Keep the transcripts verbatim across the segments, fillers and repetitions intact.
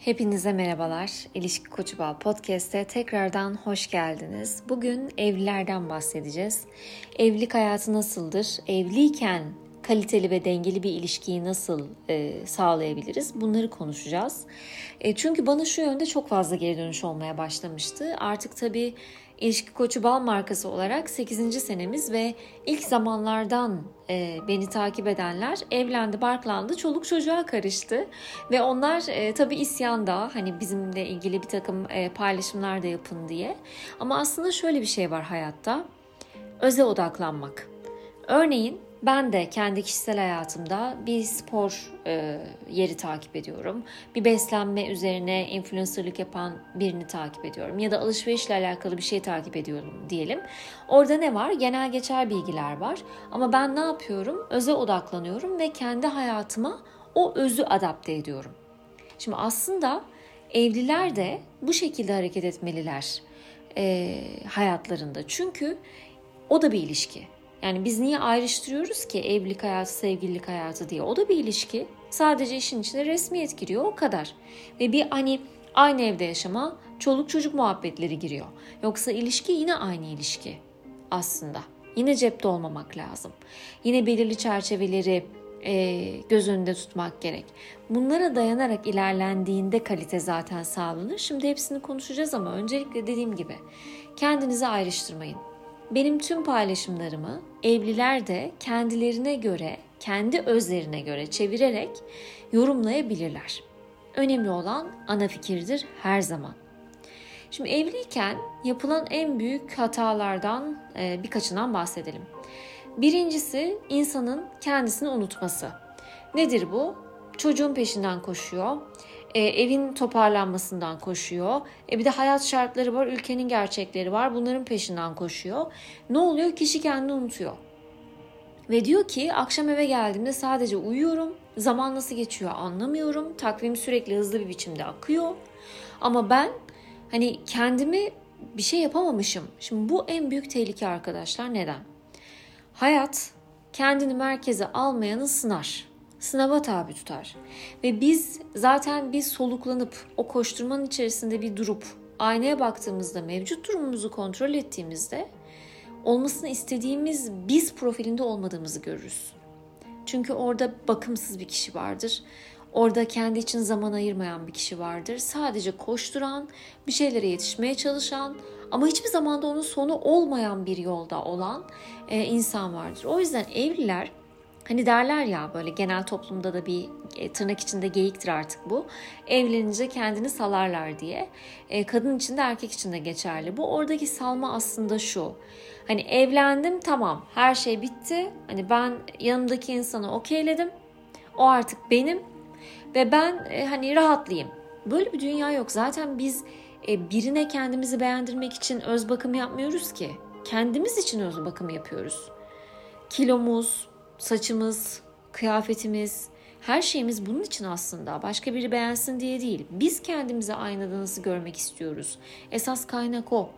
Hepinize merhabalar. İlişki Koçu Bal Podcast'e tekrardan hoş geldiniz. Bugün evlilerden bahsedeceğiz. Evlilik hayatı nasıldır? Evliyken kaliteli ve dengeli bir ilişkiyi nasıl e, sağlayabiliriz? Bunları konuşacağız. E, çünkü bana şu yönde çok fazla geri dönüş olmaya başlamıştı. Artık tabii İlişki Koçu Bal markası olarak sekizinci senemiz ve ilk zamanlardan e, beni takip edenler evlendi, barklandı, çoluk çocuğa karıştı. Ve onlar e, tabii isyanda, hani bizimle ilgili bir takım e, paylaşımlar da yapın diye. Ama aslında şöyle bir şey var hayatta, öze odaklanmak. Örneğin ben de kendi kişisel hayatımda bir spor e, yeri takip ediyorum. Bir beslenme üzerine influencerlık yapan birini takip ediyorum. Ya da alışverişle alakalı bir şey takip ediyorum diyelim. Orada ne var? Genel geçer bilgiler var. Ama ben ne yapıyorum? Öze odaklanıyorum ve kendi hayatıma o özü adapte ediyorum. Şimdi aslında evliler de bu şekilde hareket etmeliler e, hayatlarında. Çünkü o da bir ilişki. Yani biz niye ayrıştırıyoruz ki evlilik hayatı, sevgililik hayatı diye? O da bir ilişki. Sadece işin içine resmiyet giriyor, o kadar. Ve bir hani aynı evde yaşama, çoluk çocuk muhabbetleri giriyor. Yoksa ilişki yine aynı ilişki aslında. Yine cepte olmamak lazım. Yine belirli çerçeveleri e, göz önünde tutmak gerek. Bunlara dayanarak ilerlendiğinde kalite zaten sağlanır. Şimdi hepsini konuşacağız ama öncelikle dediğim gibi kendinizi ayrıştırmayın. Benim tüm paylaşımlarımı evliler de kendilerine göre, kendi özlerine göre çevirerek yorumlayabilirler. Önemli olan ana fikirdir her zaman. Şimdi evliyken yapılan en büyük hatalardan e, birkaçından bahsedelim. Birincisi insanın kendisini unutması. Nedir bu? Çocuğun peşinden koşuyor. E, evin toparlanmasından koşuyor. E, bir de hayat şartları var, ülkenin gerçekleri var. Bunların peşinden koşuyor. Ne oluyor? Kişi kendini unutuyor. Ve diyor ki akşam eve geldiğimde sadece uyuyorum. Zaman nasıl geçiyor anlamıyorum. Takvim sürekli hızlı bir biçimde akıyor. Ama ben hani kendimi bir şey yapamamışım. Şimdi bu en büyük tehlike arkadaşlar. Neden? Hayat kendini merkeze almayanı sınar. Sınava tabi tutar. Ve biz zaten biz soluklanıp o koşturmanın içerisinde bir durup aynaya baktığımızda mevcut durumumuzu kontrol ettiğimizde olmasını istediğimiz biz profilinde olmadığımızı görürüz. Çünkü orada bakımsız bir kişi vardır. Orada kendi için zaman ayırmayan bir kişi vardır. Sadece koşturan, bir şeylere yetişmeye çalışan ama hiçbir zamanda onun sonu olmayan bir yolda olan e, insan vardır. O yüzden evliler, hani derler ya böyle genel toplumda da bir e, tırnak içinde geyiktir artık bu. Evlenince kendini salarlar diye. E, kadın için de erkek için de geçerli. Bu oradaki salma aslında şu. Hani evlendim, tamam, her şey bitti. Hani ben yanımdaki insanı okeyledim. O artık benim ve ben e, hani rahatlayayım. Böyle bir dünya yok. Zaten biz e, birine kendimizi beğendirmek için öz bakım yapmıyoruz ki. Kendimiz için öz bakım yapıyoruz. Kilomuz, saçımız, kıyafetimiz, her şeyimiz bunun için aslında. Başka biri beğensin diye değil. Biz kendimizi aynada nasıl görmek istiyoruz? Esas kaynak o.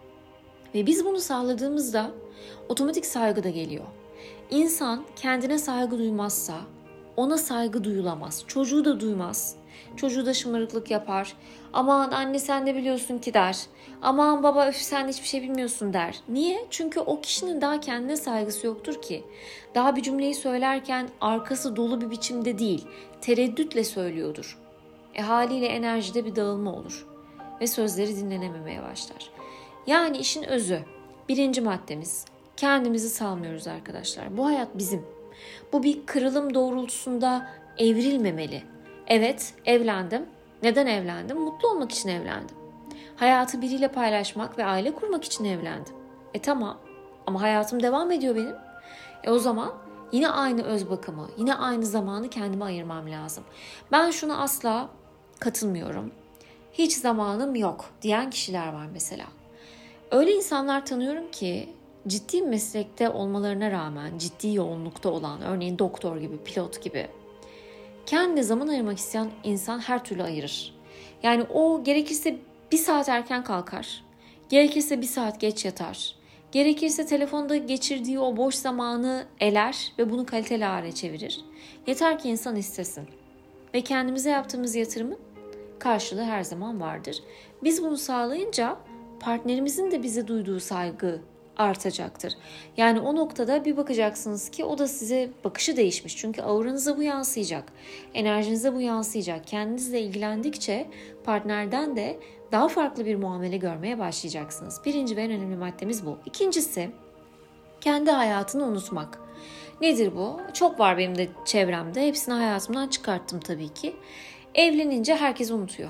Ve biz bunu sağladığımızda otomatik saygı da geliyor. İnsan kendine saygı duymazsa ona saygı duyulamaz. Çocuğu da duymaz. Çocuğu da şımarıklık yapar. Aman anne sen ne biliyorsun ki der. Aman baba öf sen hiçbir şey bilmiyorsun der. Niye? Çünkü o kişinin daha kendine saygısı yoktur ki. Daha bir cümleyi söylerken arkası dolu bir biçimde değil, tereddütle söylüyordur. E haliyle enerjide bir dağılma olur. Ve sözleri dinlenememeye başlar. Yani işin özü, birinci maddemiz, kendimizi salmıyoruz arkadaşlar. Bu hayat bizim. Bu bir kırılım doğrultusunda evrilmemeli. Evet, evlendim. Neden evlendim? Mutlu olmak için evlendim. Hayatı biriyle paylaşmak ve aile kurmak için evlendim. E tamam, ama hayatım devam ediyor benim. E o zaman yine aynı öz bakımı, yine aynı zamanı kendime ayırmam lazım. Ben şuna asla katılmıyorum. Hiç zamanım yok diyen kişiler var mesela. Öyle insanlar tanıyorum ki ciddi meslekte olmalarına rağmen ciddi yoğunlukta olan, örneğin doktor gibi, pilot gibi kendine zaman ayırmak isteyen insan her türlü ayırır. Yani o gerekirse bir saat erken kalkar, gerekirse bir saat geç yatar, gerekirse telefonda geçirdiği o boş zamanı eler ve bunu kaliteli hale çevirir. Yeter ki insan istesin ve kendimize yaptığımız yatırımın karşılığı her zaman vardır. Biz bunu sağlayınca partnerimizin de bize duyduğu saygı artacaktır. Yani o noktada bir bakacaksınız ki o da size bakışı değişmiş. Çünkü auranıza bu yansıyacak. Enerjinize bu yansıyacak. Kendinizle ilgilendikçe partnerden de daha farklı bir muamele görmeye başlayacaksınız. Birinci ve en önemli maddemiz bu. İkincisi, kendi hayatını unutmak. Nedir bu? Çok var benim de çevremde. Hepsini hayatımdan çıkarttım tabii ki. Evlenince herkes unutuyor.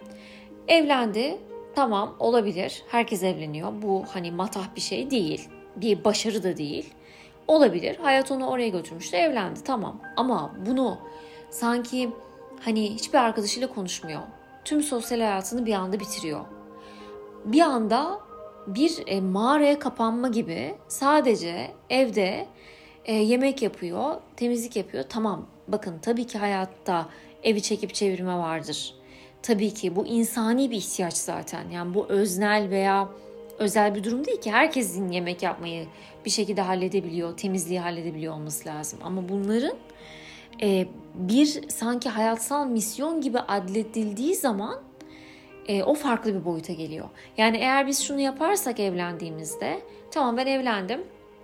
Evlendi. Tamam, olabilir. Herkes evleniyor. Bu hani matah bir şey değil. Bir başarı da değil. Olabilir. Hayat onu oraya götürmüştü. Evlendi. Tamam. Ama bunu sanki hani hiçbir arkadaşıyla konuşmuyor. Tüm sosyal hayatını bir anda bitiriyor. Bir anda bir e, mağaraya kapanma gibi sadece evde e, yemek yapıyor, temizlik yapıyor. Tamam, bakın tabii ki hayatta evi çekip çevirme vardır. Tabii ki bu insani bir ihtiyaç zaten. Yani bu öznel veya özel bir durum değil ki. Herkesin yemek yapmayı bir şekilde halledebiliyor, temizliği halledebiliyor olması lazım. Ama bunların e, bir sanki hayatsal misyon gibi adledildiği zaman e, o farklı bir boyuta geliyor. Yani eğer biz şunu yaparsak evlendiğimizde, tamam ben evlendim,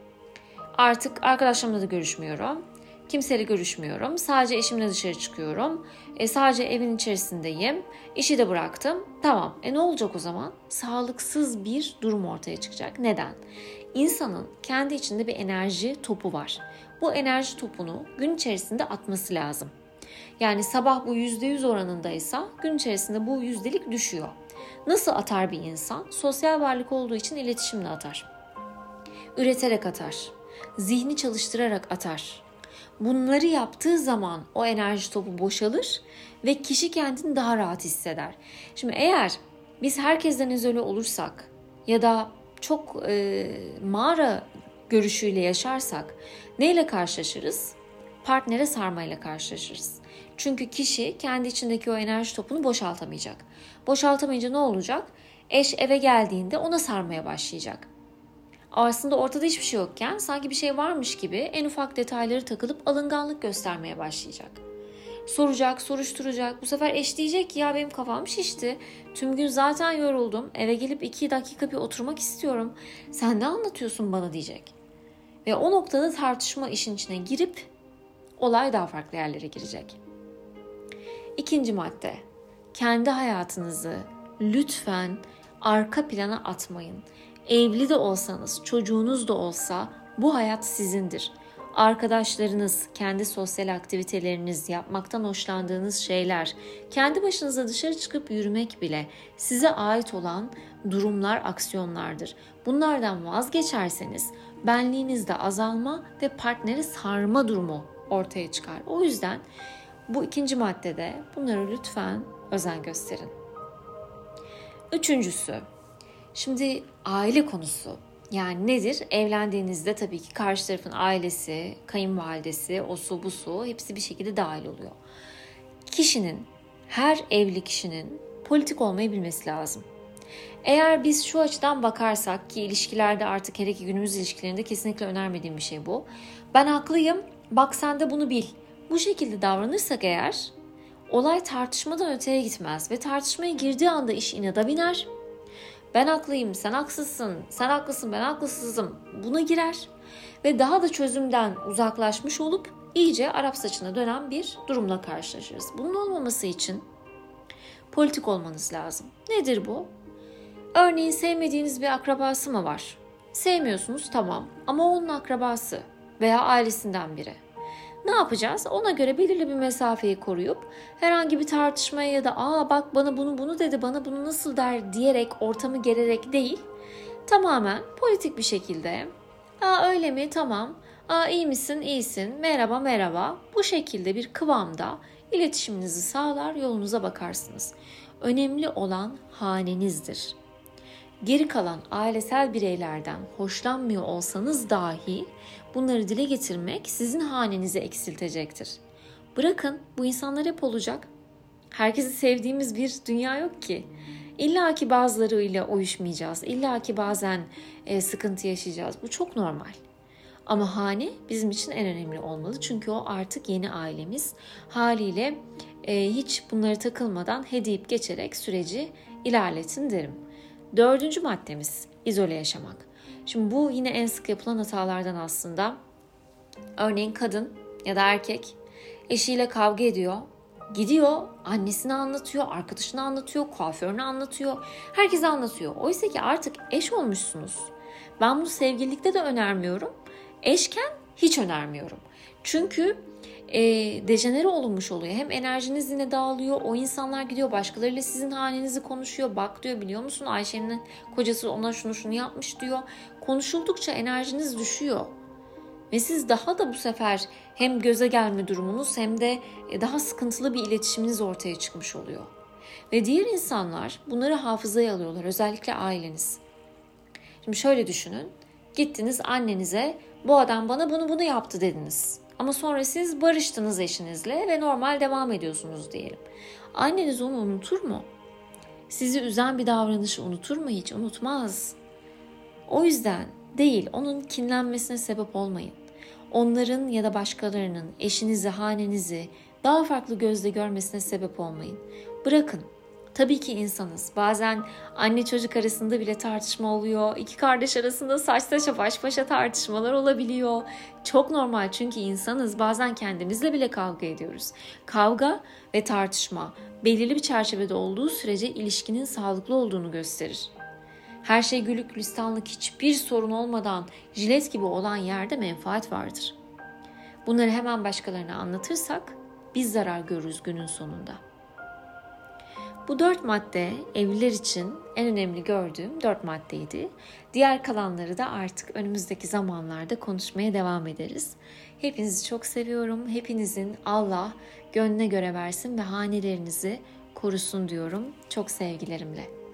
artık arkadaşlarımla da görüşmüyorum. Kimseyle görüşmüyorum. Sadece eşimle dışarı çıkıyorum. E, sadece evin içerisindeyim. İşi de bıraktım. Tamam. E ne olacak o zaman? Sağlıksız bir durum ortaya çıkacak. Neden? İnsanın kendi içinde bir enerji topu var. Bu enerji topunu gün içerisinde atması lazım. Yani sabah bu yüzde yüz oranındaysa gün içerisinde bu yüzdelik düşüyor. Nasıl atar bir insan? Sosyal varlık olduğu için iletişimle atar. Üreterek atar. Zihni çalıştırarak atar. Bunları yaptığı zaman o enerji topu boşalır ve kişi kendini daha rahat hisseder. Şimdi eğer biz herkesten izole olursak ya da çok e, mağara görüşüyle yaşarsak neyle karşılaşırız? Partnere sarmayla karşılaşırız. Çünkü kişi kendi içindeki o enerji topunu boşaltamayacak. Boşaltamayınca ne olacak? Eş eve geldiğinde ona sarmaya başlayacak. Aslında ortada hiçbir şey yokken sanki bir şey varmış gibi en ufak detayları takılıp alınganlık göstermeye başlayacak. Soracak, soruşturacak. Bu sefer eş diyecek ki ya benim kafam şişti. Tüm gün zaten yoruldum. Eve gelip iki dakika bir oturmak istiyorum. Sen ne anlatıyorsun bana diyecek. Ve o noktada tartışma işin içine girip olay daha farklı yerlere girecek. İkinci madde. Kendi hayatınızı lütfen arka plana atmayın. Evli de olsanız, çocuğunuz da olsa bu hayat sizindir. Arkadaşlarınız, kendi sosyal aktiviteleriniz, yapmaktan hoşlandığınız şeyler, kendi başınıza dışarı çıkıp yürümek bile size ait olan durumlar, aksiyonlardır. Bunlardan vazgeçerseniz benliğinizde azalma ve partneri sarma durumu ortaya çıkar. O yüzden bu ikinci maddede bunlara lütfen özen gösterin. Üçüncüsü, şimdi aile konusu. Yani nedir? Evlendiğinizde tabii ki karşı tarafın ailesi, kayınvalidesi, osu busu hepsi bir şekilde dahil oluyor. Kişinin, her evli kişinin politik olmayı bilmesi lazım. Eğer biz şu açıdan bakarsak ki ilişkilerde artık hele ki günümüz ilişkilerinde kesinlikle önermediğim bir şey bu. Ben haklıyım, bak sen de bunu bil. Bu şekilde davranırsak eğer olay tartışmadan öteye gitmez ve tartışmaya girdiği anda iş inada biner. Ben haklıyım, sen haksızsın, sen haklısın, ben haksızım buna girer ve daha da çözümden uzaklaşmış olup iyice Arap saçına dönen bir durumla karşılaşırız. Bunun olmaması için politik olmanız lazım. Nedir bu? Örneğin sevmediğiniz bir akrabası mı var? Sevmiyorsunuz, tamam, ama onun akrabası veya ailesinden biri. Ne yapacağız? Ona göre belirli bir mesafeyi koruyup herhangi bir tartışmaya ya da aa bak bana bunu bunu dedi, bana bunu nasıl der diyerek ortamı gererek değil, tamamen politik bir şekilde aa öyle mi, tamam, aa iyi misin, iyisin, merhaba merhaba, bu şekilde bir kıvamda iletişiminizi sağlar, yolunuza bakarsınız. Önemli olan hanenizdir. Geri kalan ailesel bireylerden hoşlanmıyor olsanız dahi bunları dile getirmek sizin hanenizi eksiltecektir. Bırakın, bu insanlar hep olacak. Herkesi sevdiğimiz bir dünya yok ki. İlla ki bazılarıyla uyuşmayacağız. İlla ki bazen e, sıkıntı yaşayacağız. Bu çok normal. Ama hane bizim için en önemli olmalı. Çünkü o artık yeni ailemiz. Haliyle e, hiç bunları takılmadan hediyip geçerek süreci ilerletin derim. Dördüncü maddemiz izole yaşamak. Şimdi bu yine en sık yapılan hatalardan aslında. Örneğin kadın ya da erkek eşiyle kavga ediyor. Gidiyor, annesine anlatıyor, arkadaşına anlatıyor, kuaförüne anlatıyor. Herkese anlatıyor. Oysa ki artık eş olmuşsunuz. Ben bunu sevgililikte de önermiyorum. Eşken hiç önermiyorum. Çünkü e, dejenere olunmuş oluyor. Hem enerjiniz yine dağılıyor. O insanlar gidiyor başkalarıyla sizin halinizi konuşuyor. Bak diyor, biliyor musun Ayşe'nin kocası ona şunu şunu yapmış diyor. Konuşuldukça enerjiniz düşüyor. Ve siz daha da bu sefer hem göze gelme durumunuz hem de daha sıkıntılı bir iletişiminiz ortaya çıkmış oluyor. Ve diğer insanlar bunları hafızaya alıyorlar. Özellikle aileniz. Şimdi şöyle düşünün. Gittiniz annenize bu adam bana bunu bunu yaptı dediniz. Ama sonra siz barıştınız eşinizle ve normal devam ediyorsunuz diyelim. Anneniz onu unutur mu? Sizi üzen bir davranışı unutur mu hiç? Unutmaz. O yüzden değil, onun kinlenmesine sebep olmayın. Onların ya da başkalarının eşinizi, hanenizi daha farklı gözle görmesine sebep olmayın. Bırakın. Tabii ki insanız. Bazen anne çocuk arasında bile tartışma oluyor. İki kardeş arasında saç saça baş başa tartışmalar olabiliyor. Çok normal çünkü insanız. Bazen kendimizle bile kavga ediyoruz. Kavga ve tartışma belirli bir çerçevede olduğu sürece ilişkinin sağlıklı olduğunu gösterir. Her şey güllük gülistanlık, hiçbir sorun olmadan jilet gibi olan yerde menfaat vardır. Bunları hemen başkalarına anlatırsak biz zarar görürüz günün sonunda. Bu dört madde evliler için en önemli gördüğüm dört maddeydi. Diğer kalanları da artık önümüzdeki zamanlarda konuşmaya devam ederiz. Hepinizi çok seviyorum. Hepinizin Allah gönlüne göre versin ve hanelerinizi korusun diyorum. Çok sevgilerimle.